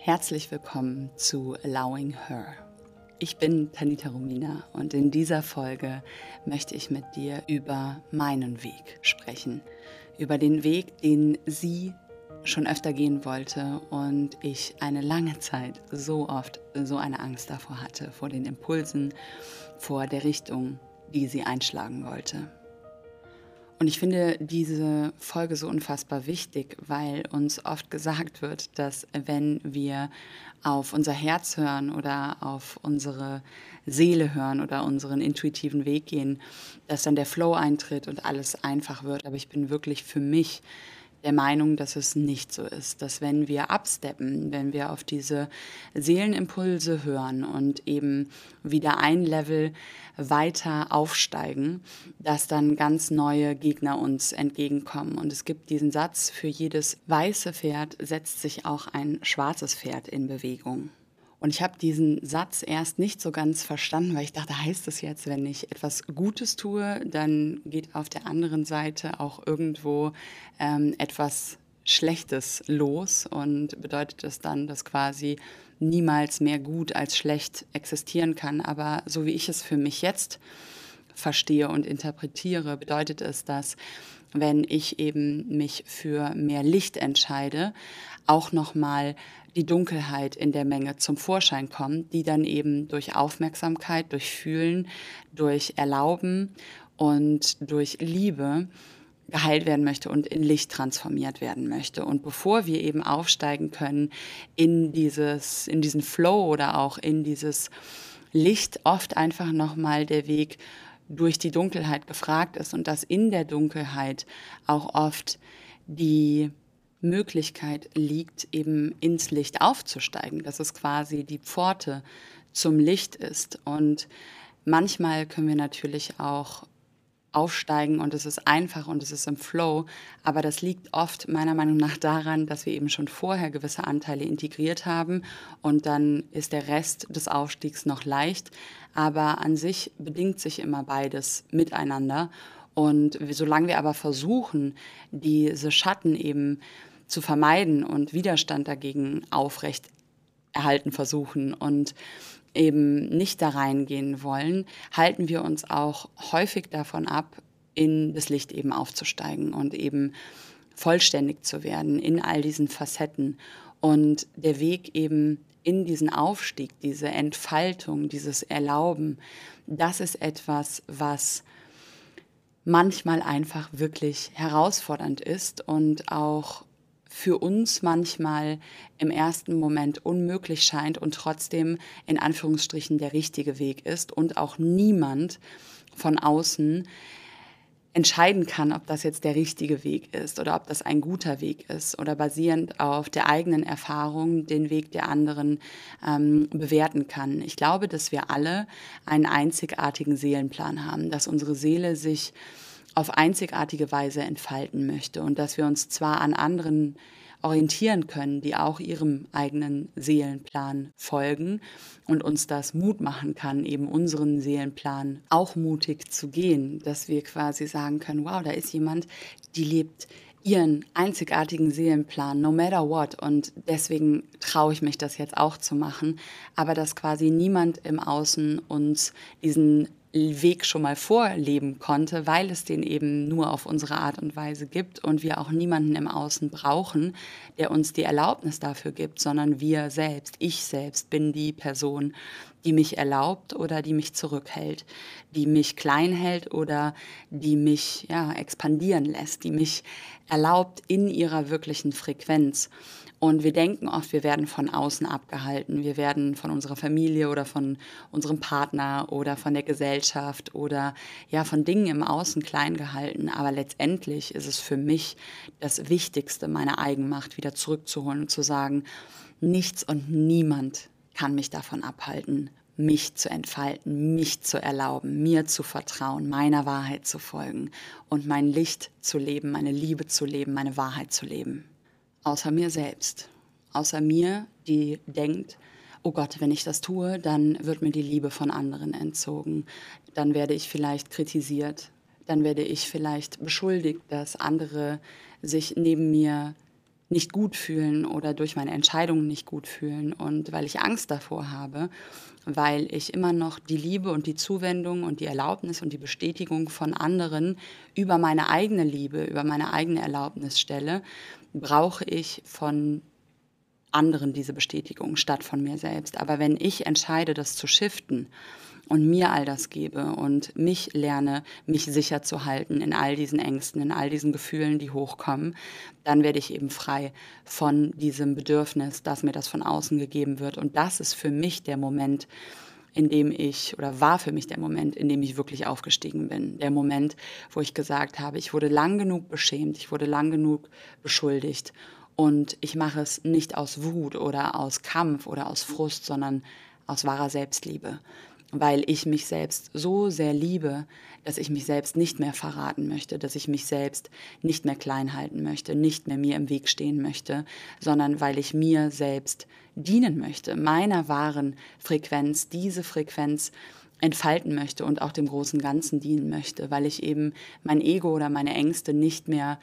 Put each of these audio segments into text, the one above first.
Herzlich willkommen zu Allowing Her. Ich bin Tanita Romina und in dieser Folge möchte ich mit dir über meinen Weg sprechen. Über den Weg, den sie schon öfter gehen wollte und ich eine lange Zeit so oft so eine Angst davor hatte, vor den Impulsen, vor der Richtung, die sie einschlagen wollte. Und ich finde diese Folge so unfassbar wichtig, weil uns oft gesagt wird, dass wenn wir auf unser Herz hören oder auf unsere Seele hören oder unseren intuitiven Weg gehen, dass dann der Flow eintritt und alles einfach wird. Aber ich bin wirklich für mich der Meinung, dass es nicht so ist, dass wenn wir absteppen, wenn wir auf diese Seelenimpulse hören und eben wieder ein Level weiter aufsteigen, dass dann ganz neue Gegner uns entgegenkommen. Und es gibt diesen Satz: Für jedes weiße Pferd setzt sich auch ein schwarzes Pferd in Bewegung. Und ich habe diesen Satz erst nicht so ganz verstanden, weil ich dachte, heißt das jetzt, wenn ich etwas Gutes tue, dann geht auf der anderen Seite auch irgendwo etwas Schlechtes los, und bedeutet das dann, dass quasi niemals mehr gut als schlecht existieren kann. Aber so wie ich es für mich jetzt verstehe und interpretiere, bedeutet es, dass wenn ich eben mich für mehr Licht entscheide, auch nochmal die Dunkelheit in der Menge zum Vorschein kommt, die dann eben durch Aufmerksamkeit, durch Fühlen, durch Erlauben und durch Liebe geheilt werden möchte und in Licht transformiert werden möchte. Und bevor wir eben aufsteigen können in diesen Flow oder auch in dieses Licht, oft einfach nochmal der Weg durch die Dunkelheit gefragt ist, und dass in der Dunkelheit auch oft die Möglichkeit liegt, eben ins Licht aufzusteigen, dass es quasi die Pforte zum Licht ist. Und manchmal können wir natürlich auch aufsteigen und es ist einfach und es ist im Flow, aber das liegt oft meiner Meinung nach daran, dass wir eben schon vorher gewisse Anteile integriert haben, und dann ist der Rest des Aufstiegs noch leicht, aber an sich bedingt sich immer beides miteinander. Und solange wir aber versuchen, diese Schatten eben zu vermeiden und Widerstand dagegen aufrecht erhalten versuchen und eben nicht da reingehen wollen, halten wir uns auch häufig davon ab, in das Licht eben aufzusteigen und eben vollständig zu werden in all diesen Facetten. Und der Weg eben in diesen Aufstieg, diese Entfaltung, dieses Erlauben, das ist etwas, was manchmal einfach wirklich herausfordernd ist und auch für uns manchmal im ersten Moment unmöglich scheint und trotzdem in Anführungsstrichen der richtige Weg ist, und auch niemand von außen entscheiden kann, ob das jetzt der richtige Weg ist oder ob das ein guter Weg ist, oder basierend auf der eigenen Erfahrung den Weg der anderen bewerten kann. Ich glaube, dass wir alle einen einzigartigen Seelenplan haben, dass unsere Seele sich auf einzigartige Weise entfalten möchte und dass wir uns zwar an anderen orientieren können, die auch ihrem eigenen Seelenplan folgen, und uns das Mut machen kann, eben unseren Seelenplan auch mutig zu gehen, dass wir quasi sagen können, wow, da ist jemand, die lebt ihren einzigartigen Seelenplan, no matter what, und deswegen traue ich mich, das jetzt auch zu machen, aber dass quasi niemand im Außen uns diesen Weg schon mal vorleben konnte, weil es den eben nur auf unsere Art und Weise gibt und wir auch niemanden im Außen brauchen, der uns die Erlaubnis dafür gibt, sondern wir selbst, ich selbst bin die Person, die mich erlaubt oder die mich zurückhält, die mich klein hält oder die mich expandieren lässt, die mich erlaubt in ihrer wirklichen Frequenz. Und wir denken oft, wir werden von außen abgehalten. Wir werden von unserer Familie oder von unserem Partner oder von der Gesellschaft oder von Dingen im Außen klein gehalten. Aber letztendlich ist es für mich das Wichtigste, meine Eigenmacht wieder zurückzuholen und zu sagen, nichts und niemand kann mich davon abhalten, mich zu entfalten, mich zu erlauben, mir zu vertrauen, meiner Wahrheit zu folgen und mein Licht zu leben, meine Liebe zu leben, meine Wahrheit zu leben. Außer mir selbst. Außer mir, die denkt, oh Gott, wenn ich das tue, dann wird mir die Liebe von anderen entzogen. Dann werde ich vielleicht kritisiert. Dann werde ich vielleicht beschuldigt, dass andere sich neben mir nicht gut fühlen oder durch meine Entscheidungen nicht gut fühlen und weil ich Angst davor habe, weil ich immer noch die Liebe und die Zuwendung und die Erlaubnis und die Bestätigung von anderen über meine eigene Liebe, über meine eigene Erlaubnis stelle, brauche ich von anderen diese Bestätigung statt von mir selbst. Aber wenn ich entscheide, das zu shiften und mir all das gebe und mich lerne, mich sicher zu halten in all diesen Ängsten, in all diesen Gefühlen, die hochkommen, dann werde ich eben frei von diesem Bedürfnis, dass mir das von außen gegeben wird. Und das ist für mich der Moment, in dem ich, oder war für mich der Moment, in dem ich wirklich aufgestiegen bin. Der Moment, wo ich gesagt habe, ich wurde lang genug beschämt, ich wurde lang genug beschuldigt. Und ich mache es nicht aus Wut oder aus Kampf oder aus Frust, sondern aus wahrer Selbstliebe, weil ich mich selbst so sehr liebe, dass ich mich selbst nicht mehr verraten möchte, dass ich mich selbst nicht mehr klein halten möchte, nicht mehr mir im Weg stehen möchte, sondern weil ich mir selbst dienen möchte, meiner wahren Frequenz, diese Frequenz entfalten möchte und auch dem großen Ganzen dienen möchte, weil ich eben mein Ego oder meine Ängste nicht mehr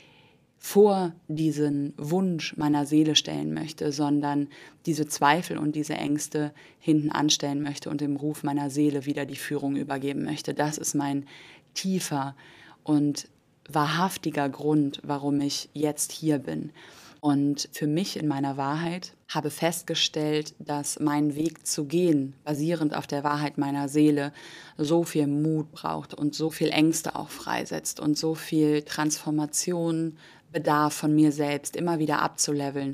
vor diesen Wunsch meiner Seele stellen möchte, sondern diese Zweifel und diese Ängste hinten anstellen möchte und dem Ruf meiner Seele wieder die Führung übergeben möchte. Das ist mein tiefer und wahrhaftiger Grund, warum ich jetzt hier bin. Und für mich in meiner Wahrheit habe festgestellt, dass mein Weg zu gehen, basierend auf der Wahrheit meiner Seele, so viel Mut braucht und so viel Ängste auch freisetzt und so viel Transformation bedarf von mir selbst, immer wieder abzuleveln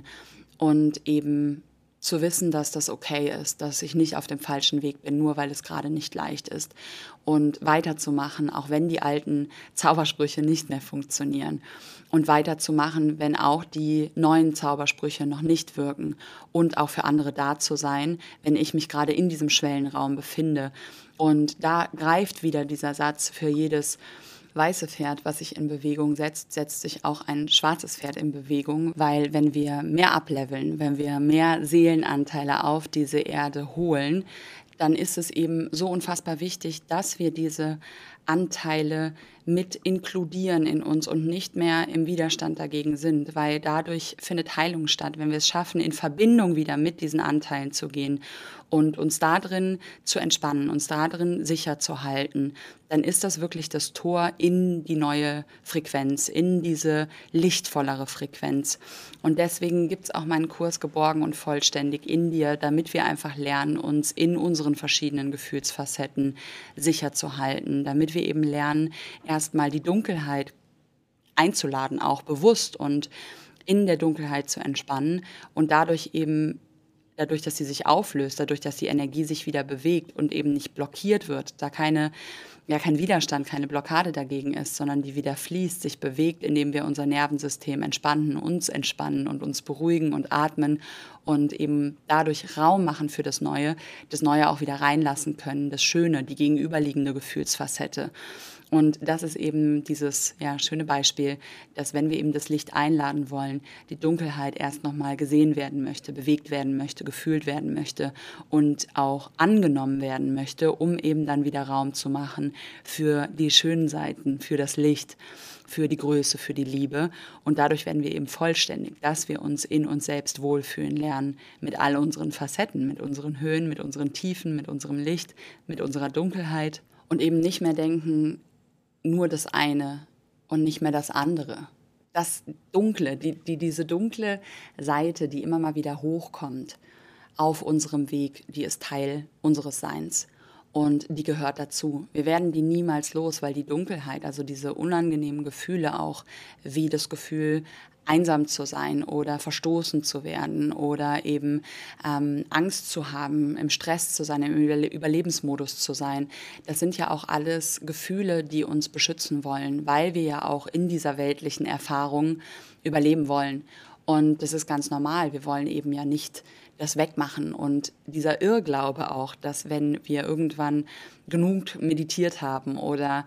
und eben zu wissen, dass das okay ist, dass ich nicht auf dem falschen Weg bin, nur weil es gerade nicht leicht ist und weiterzumachen, auch wenn die alten Zaubersprüche nicht mehr funktionieren und weiterzumachen, wenn auch die neuen Zaubersprüche noch nicht wirken und auch für andere da zu sein, wenn ich mich gerade in diesem Schwellenraum befinde. Und da greift wieder dieser Satz: für jedes weiße Pferd, was sich in Bewegung setzt, setzt sich auch ein schwarzes Pferd in Bewegung, weil wenn wir mehr ableveln, wenn wir mehr Seelenanteile auf diese Erde holen, dann ist es eben so unfassbar wichtig, dass wir diese Anteile mit inkludieren in uns und nicht mehr im Widerstand dagegen sind, weil dadurch findet Heilung statt, wenn wir es schaffen, in Verbindung wieder mit diesen Anteilen zu gehen und uns da drin zu entspannen, uns da drin sicher zu halten, dann ist das wirklich das Tor in die neue Frequenz, in diese lichtvollere Frequenz. Und deswegen gibt es auch meinen Kurs Geborgen und vollständig in dir, damit wir einfach lernen, uns in unseren verschiedenen Gefühlsfacetten sicher zu halten, damit wir eben lernen, erstmal die Dunkelheit einzuladen, auch bewusst und in der Dunkelheit zu entspannen und dadurch eben, dadurch, dass sie sich auflöst, dadurch, dass die Energie sich wieder bewegt und eben nicht blockiert wird, da kein Widerstand, keine Blockade dagegen ist, sondern die wieder fließt, sich bewegt, indem wir unser Nervensystem entspannen, uns entspannen und uns beruhigen und atmen und eben dadurch Raum machen für das Neue auch wieder reinlassen können, das Schöne, die gegenüberliegende Gefühlsfacette. Und das ist eben dieses schöne Beispiel, dass wenn wir eben das Licht einladen wollen, die Dunkelheit erst nochmal gesehen werden möchte, bewegt werden möchte, gefühlt werden möchte und auch angenommen werden möchte, um eben dann wieder Raum zu machen für die schönen Seiten, für das Licht, für die Größe, für die Liebe. Und dadurch werden wir eben vollständig, dass wir uns in uns selbst wohlfühlen lernen, mit all unseren Facetten, mit unseren Höhen, mit unseren Tiefen, mit unserem Licht, mit unserer Dunkelheit und eben nicht mehr denken, nur das eine und nicht mehr das andere. Das Dunkle, diese dunkle Seite, die immer mal wieder hochkommt auf unserem Weg, die ist Teil unseres Seins und die gehört dazu. Wir werden die niemals los, weil die Dunkelheit, also diese unangenehmen Gefühle auch, wie das Gefühl, einsam zu sein oder verstoßen zu werden oder eben Angst zu haben, im Stress zu sein, im Überlebensmodus zu sein. Das sind ja auch alles Gefühle, die uns beschützen wollen, weil wir ja auch in dieser weltlichen Erfahrung überleben wollen. Und das ist ganz normal. Wir wollen eben ja nicht das wegmachen. Und dieser Irrglaube auch, dass wenn wir irgendwann genug meditiert haben oder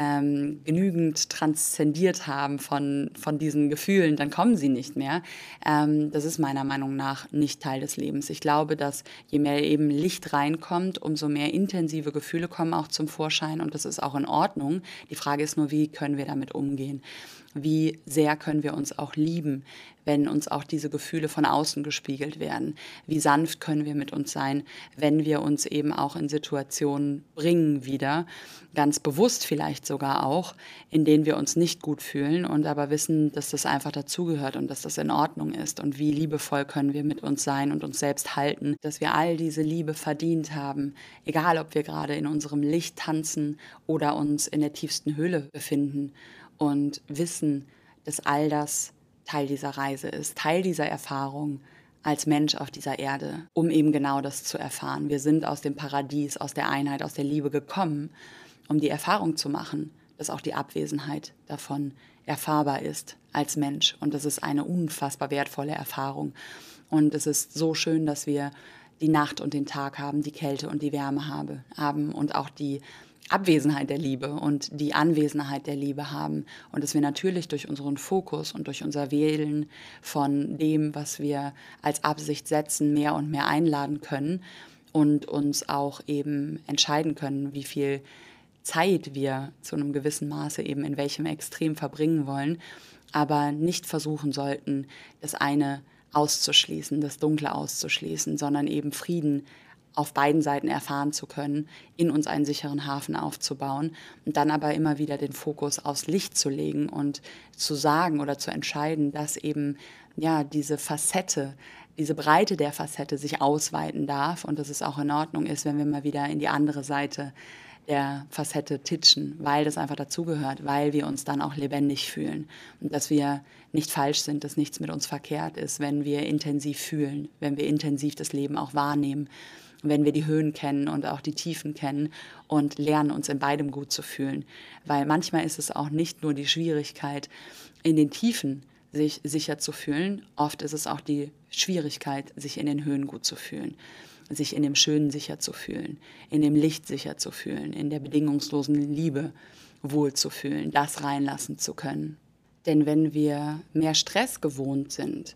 genügend transzendiert haben von diesen Gefühlen, dann kommen sie nicht mehr. Das ist meiner Meinung nach nicht Teil des Lebens. Ich glaube, dass je mehr eben Licht reinkommt, umso mehr intensive Gefühle kommen auch zum Vorschein und das ist auch in Ordnung. Die Frage ist nur, wie können wir damit umgehen? Wie sehr können wir uns auch lieben, wenn uns auch diese Gefühle von außen gespiegelt werden? Wie sanft können wir mit uns sein, wenn wir uns eben auch in Situationen bringen wieder, ganz bewusst vielleicht sogar auch, in denen wir uns nicht gut fühlen und aber wissen, dass das einfach dazugehört und dass das in Ordnung ist? Und wie liebevoll können wir mit uns sein und uns selbst halten, dass wir all diese Liebe verdient haben, egal ob wir gerade in unserem Licht tanzen oder uns in der tiefsten Höhle befinden. Und wissen, dass all das Teil dieser Reise ist, Teil dieser Erfahrung als Mensch auf dieser Erde, um eben genau das zu erfahren. Wir sind aus dem Paradies, aus der Einheit, aus der Liebe gekommen, um die Erfahrung zu machen, dass auch die Abwesenheit davon erfahrbar ist als Mensch. Und das ist eine unfassbar wertvolle Erfahrung. Und es ist so schön, dass wir die Nacht und den Tag haben, die Kälte und die Wärme haben und auch die Abwesenheit der Liebe und die Anwesenheit der Liebe haben und dass wir natürlich durch unseren Fokus und durch unser Wählen von dem, was wir als Absicht setzen, mehr und mehr einladen können und uns auch eben entscheiden können, wie viel Zeit wir zu einem gewissen Maße eben in welchem Extrem verbringen wollen, aber nicht versuchen sollten, das eine auszuschließen, das Dunkle auszuschließen, sondern eben Frieden auf beiden Seiten erfahren zu können, in uns einen sicheren Hafen aufzubauen und dann aber immer wieder den Fokus aufs Licht zu legen und zu sagen oder zu entscheiden, dass eben ja diese Facette, diese Breite der Facette sich ausweiten darf und dass es auch in Ordnung ist, wenn wir mal wieder in die andere Seite der Facette titschen, weil das einfach dazugehört, weil wir uns dann auch lebendig fühlen und dass wir nicht falsch sind, dass nichts mit uns verkehrt ist, wenn wir intensiv fühlen, wenn wir intensiv das Leben auch wahrnehmen, wenn wir die Höhen kennen und auch die Tiefen kennen und lernen, uns in beidem gut zu fühlen. Weil manchmal ist es auch nicht nur die Schwierigkeit, in den Tiefen sich sicher zu fühlen, oft ist es auch die Schwierigkeit, sich in den Höhen gut zu fühlen, sich in dem Schönen sicher zu fühlen, in dem Licht sicher zu fühlen, in der bedingungslosen Liebe wohl zu fühlen, das reinlassen zu können. Denn wenn wir mehr Stress gewohnt sind,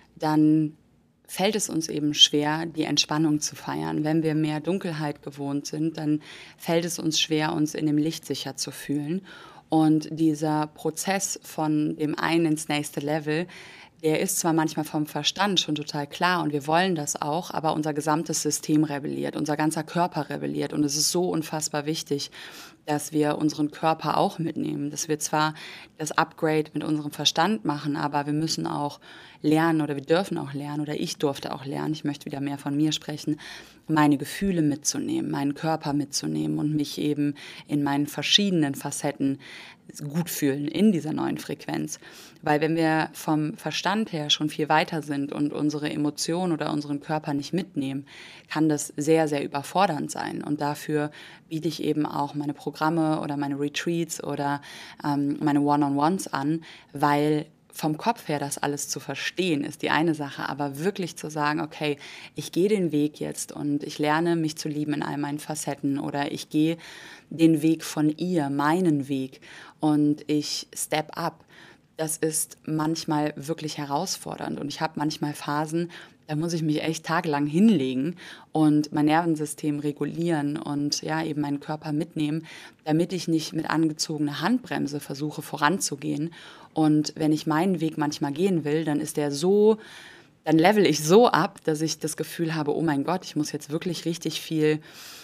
dann fällt es uns eben schwer, die Entspannung zu feiern. Wenn wir mehr Dunkelheit gewohnt sind, dann fällt es uns schwer, uns in dem Licht sicher zu fühlen. Und dieser Prozess von dem einen ins nächste Level, der ist zwar manchmal vom Verstand schon total klar und wir wollen das auch, aber unser gesamtes System rebelliert, unser ganzer Körper rebelliert. Und es ist so unfassbar wichtig, dass wir unseren Körper auch mitnehmen, dass wir zwar das Upgrade mit unserem Verstand machen, aber wir müssen auch lernen oder wir dürfen auch lernen oder ich durfte auch lernen, ich möchte wieder mehr von mir sprechen, meine Gefühle mitzunehmen, meinen Körper mitzunehmen und mich eben in meinen verschiedenen Facetten gut fühlen in dieser neuen Frequenz. Weil wenn wir vom Verstand her schon viel weiter sind und unsere Emotionen oder unseren Körper nicht mitnehmen, kann das sehr, sehr überfordernd sein. Und dafür biete ich eben auch meine Programme oder meine Retreats oder meine One-on-Ones an, weil vom Kopf her das alles zu verstehen, ist die eine Sache, aber wirklich zu sagen, okay, ich gehe den Weg jetzt und ich lerne mich zu lieben in all meinen Facetten oder ich gehe den Weg von ihr, meinen Weg und ich step up. Das ist manchmal wirklich herausfordernd und ich habe manchmal Phasen, da muss ich mich echt tagelang hinlegen und mein Nervensystem regulieren und ja, eben meinen Körper mitnehmen, damit ich nicht mit angezogener Handbremse versuche voranzugehen. Und wenn ich meinen Weg manchmal gehen will, dann ist der so, dann level ich so ab, dass ich das Gefühl habe, oh mein Gott, ich muss jetzt wirklich richtig viel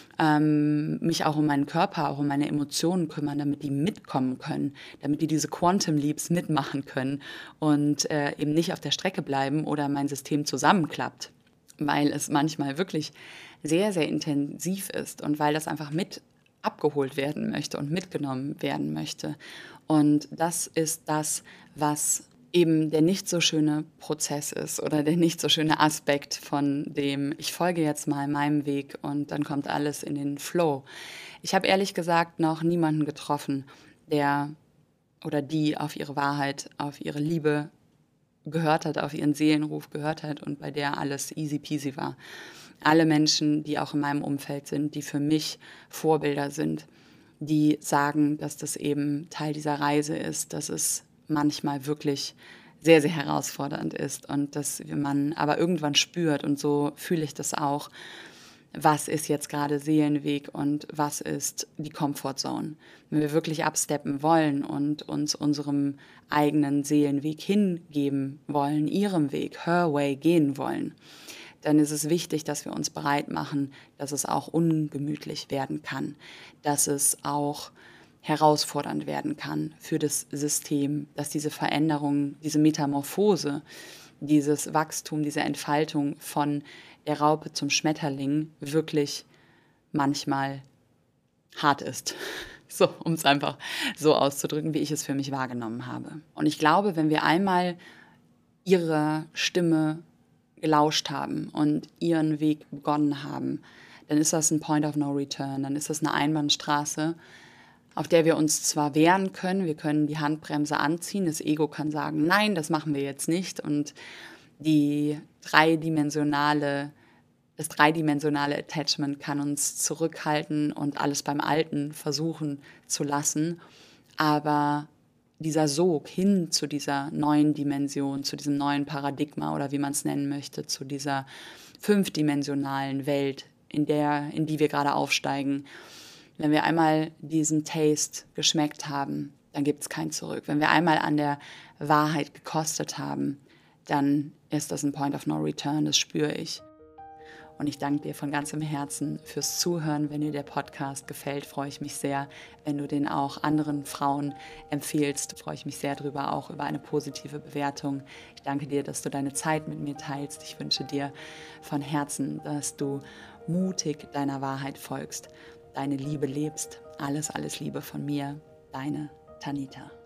mich auch um meinen Körper, auch um meine Emotionen kümmern, damit die mitkommen können, damit die diese Quantum Leaps mitmachen können und eben nicht auf der Strecke bleiben oder mein System zusammenklappt, weil es manchmal wirklich sehr, sehr intensiv ist und weil das einfach mit abgeholt werden möchte und mitgenommen werden möchte. Und das ist das, was eben der nicht so schöne Prozess ist oder der nicht so schöne Aspekt von dem, ich folge jetzt mal meinem Weg und dann kommt alles in den Flow. Ich habe ehrlich gesagt noch niemanden getroffen, der oder die auf ihre Wahrheit, auf ihre Liebe gehört hat, auf ihren Seelenruf gehört hat und bei der alles easy peasy war. Alle Menschen, die auch in meinem Umfeld sind, die für mich Vorbilder sind, die sagen, dass das eben Teil dieser Reise ist, dass es manchmal wirklich sehr, sehr herausfordernd ist und dass man aber irgendwann spürt, und so fühle ich das auch, was ist jetzt gerade Seelenweg und was ist die Comfortzone. Wenn wir wirklich absteppen wollen und uns unserem eigenen Seelenweg hingeben wollen, ihrem Weg, her way gehen wollen, dann ist es wichtig, dass wir uns bereit machen, dass es auch ungemütlich werden kann, dass es auch herausfordernd werden kann für das System, dass diese Veränderung, diese Metamorphose, dieses Wachstum, diese Entfaltung von der Raupe zum Schmetterling wirklich manchmal hart ist. So, um es einfach so auszudrücken, wie ich es für mich wahrgenommen habe. Und ich glaube, wenn wir einmal ihrer Stimme gelauscht haben und ihren Weg begonnen haben, dann ist das ein Point of No Return, dann ist das eine Einbahnstraße, auf der wir uns zwar wehren können, wir können die Handbremse anziehen, das Ego kann sagen, nein, das machen wir jetzt nicht, und das dreidimensionale Attachment kann uns zurückhalten und alles beim Alten versuchen zu lassen, aber dieser Sog hin zu dieser neuen Dimension, zu diesem neuen Paradigma oder wie man es nennen möchte, zu dieser fünfdimensionalen Welt, in die wir gerade aufsteigen. Wenn wir einmal diesen Taste geschmeckt haben, dann gibt es kein Zurück. Wenn wir einmal an der Wahrheit gekostet haben, dann ist das ein Point of No Return, das spüre ich. Und ich danke dir von ganzem Herzen fürs Zuhören. Wenn dir der Podcast gefällt, freue ich mich sehr, wenn du den auch anderen Frauen empfiehlst. Freue ich mich sehr darüber, auch über eine positive Bewertung. Ich danke dir, dass du deine Zeit mit mir teilst. Ich wünsche dir von Herzen, dass du mutig deiner Wahrheit folgst, deine Liebe lebst. Alles, alles Liebe von mir, deine Tanita.